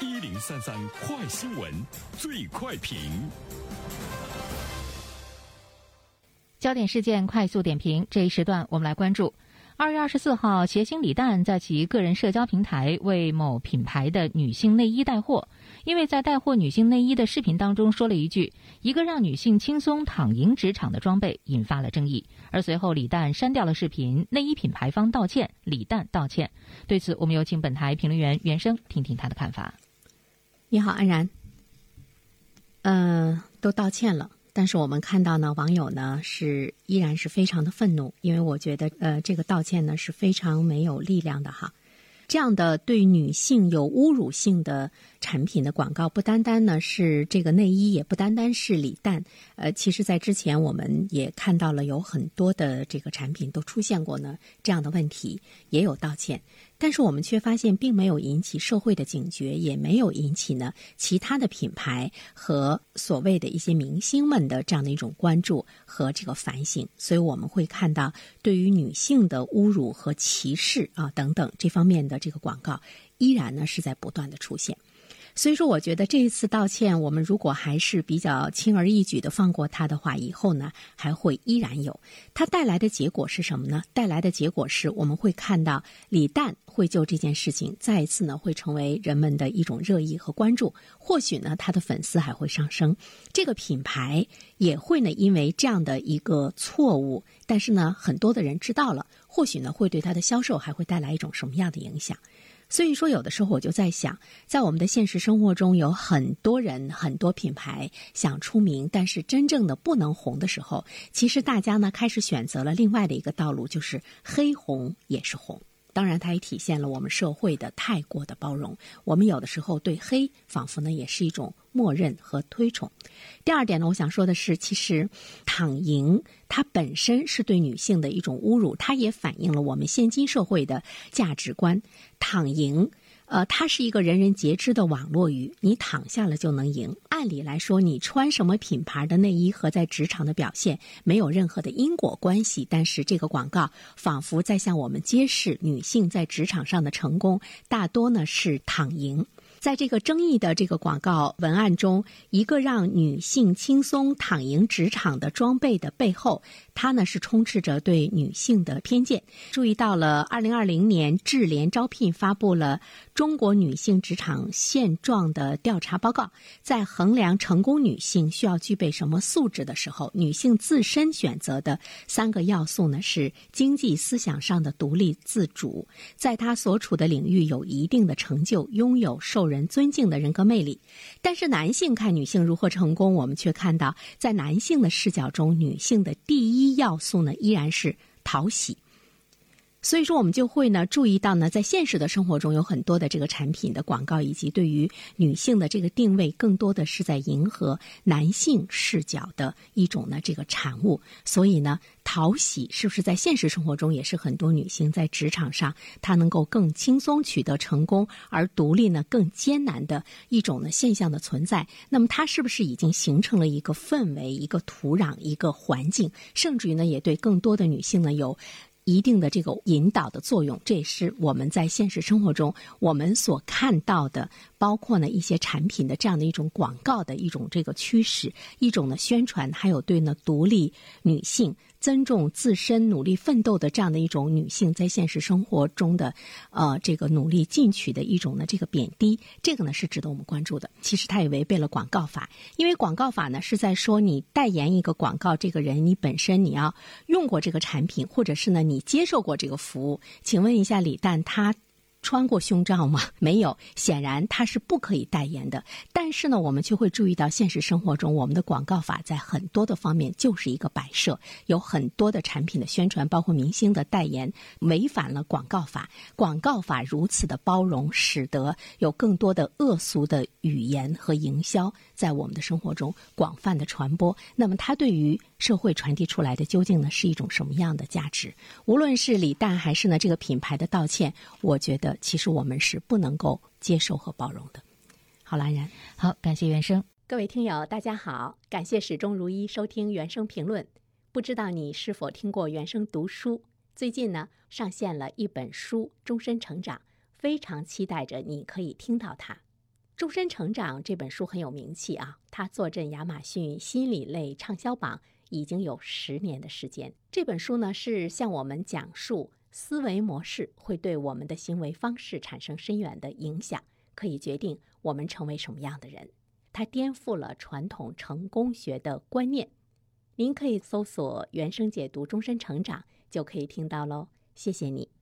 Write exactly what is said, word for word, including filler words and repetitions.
一零三三快新闻，最快评。 焦点事件快速点评，这一时段我们来关注。二月二十四号，谐星李诞在其个人社交平台为某品牌的女性内衣带货，因为在带货女性内衣的视频当中说了一句“一个让女性轻松躺赢职场的装备”，引发了争议。而随后李诞删掉了视频，内衣品牌方道歉，李诞道歉。对此，我们有请本台评论员袁生听听他的看法。 你好，安然。嗯、呃，都道歉了。但是我们看到呢，网友呢是依然是非常的愤怒，因为我觉得呃这个道歉呢是非常没有力量的哈。这样的对女性有侮辱性的产品的广告，不单单呢是这个内衣，也不单单是李诞。呃，其实在之前我们也看到了有很多的这个产品都出现过呢这样的问题，也有道歉。但是我们却发现并没有引起社会的警觉，也没有引起呢其他的品牌和所谓的一些明星们的这样的一种关注和这个反省。所以我们会看到对于女性的侮辱和歧视啊等等这方面的这个广告依然呢是在不断的出现。所以说我觉得这一次道歉，我们如果还是比较轻而易举的放过它的话，以后呢还会依然有。它带来的结果是什么呢？带来的结果是我们会看到李诞会就这件事情再一次呢会成为人们的一种热议和关注，或许呢他的粉丝还会上升，这个品牌也会呢因为这样的一个错误，但是呢很多的人知道了，或许呢会对它的销售还会带来一种什么样的影响。所以说有的时候我就在想，在我们的现实生活中有很多人很多品牌想出名，但是真正的不能红的时候，其实大家呢开始选择了另外的一个道路，就是黑红也是红。当然它也体现了我们社会的太过的包容，我们有的时候对黑仿佛呢也是一种默认和推崇。第二点呢，我想说的是，其实躺赢它本身是对女性的一种侮辱，它也反映了我们现今社会的价值观。躺赢呃，它是一个人人皆知的网络语，你躺下了就能赢。按理来说，你穿什么品牌的内衣和在职场的表现没有任何的因果关系，但是这个广告仿佛在向我们揭示，女性在职场上的成功大多呢是躺赢。在这个争议的这个广告文案中，一个让女性轻松躺赢职场的装备的背后，它呢是充斥着对女性的偏见。注意到了二零二零年智联招聘发布了中国女性职场现状的调查报告，在衡量成功女性需要具备什么素质的时候，女性自身选择的三个要素呢是经济思想上的独立自主，在她所处的领域有一定的成就，拥有受人尊敬的人格魅力。但是男性看女性如何成功，我们却看到在男性的视角中，女性的第一要素呢依然是讨喜。所以说我们就会呢注意到呢，在现实的生活中有很多的这个产品的广告以及对于女性的这个定位，更多的是在迎合男性视角的一种呢这个产物。所以呢讨喜是不是在现实生活中也是很多女性在职场上她能够更轻松取得成功，而独立呢更艰难的一种呢现象的存在？那么它是不是已经形成了一个氛围、一个土壤、一个环境，甚至于呢也对更多的女性呢有一定的这个引导的作用？这也是我们在现实生活中我们所看到的，包括呢一些产品的这样的一种广告的一种这个趋势，一种呢宣传，还有对呢独立女性尊重自身努力奋斗的这样的一种女性在现实生活中的呃这个努力进取的一种呢这个贬低，这个呢是值得我们关注的。其实它也违背了广告法，因为广告法呢是在说你代言一个广告，这个人你本身你要用过这个产品，或者是呢你接受过这个服务。请问一下李诞，他穿过胸罩吗？没有，显然它是不可以代言的。但是呢，我们就会注意到现实生活中我们的广告法在很多的方面就是一个摆设，有很多的产品的宣传，包括明星的代言，违反了广告法。广告法如此的包容，使得有更多的恶俗的语言和营销在我们的生活中广泛的传播。那么它对于社会传递出来的究竟呢是一种什么样的价值？无论是李诞还是呢这个品牌的道歉，我觉得其实我们是不能够接受和包容的。好，兰然。 好，感谢原生。 各位听友大家好，感谢始终如一收听原声评论。不知道你是否听过原声读书，最近呢上线了一本书《终身成长》，非常期待着你可以听到它。 终身成长这本书很有名气啊，它坐镇亚马逊心理类畅销榜已经有十年的时间。这本书呢，是向我们讲述思维模式会对我们的行为方式产生深远的影响，可以决定我们成为什么样的人。它颠覆了传统成功学的观念。您可以搜索原声解读终身成长就可以听到喽，谢谢你。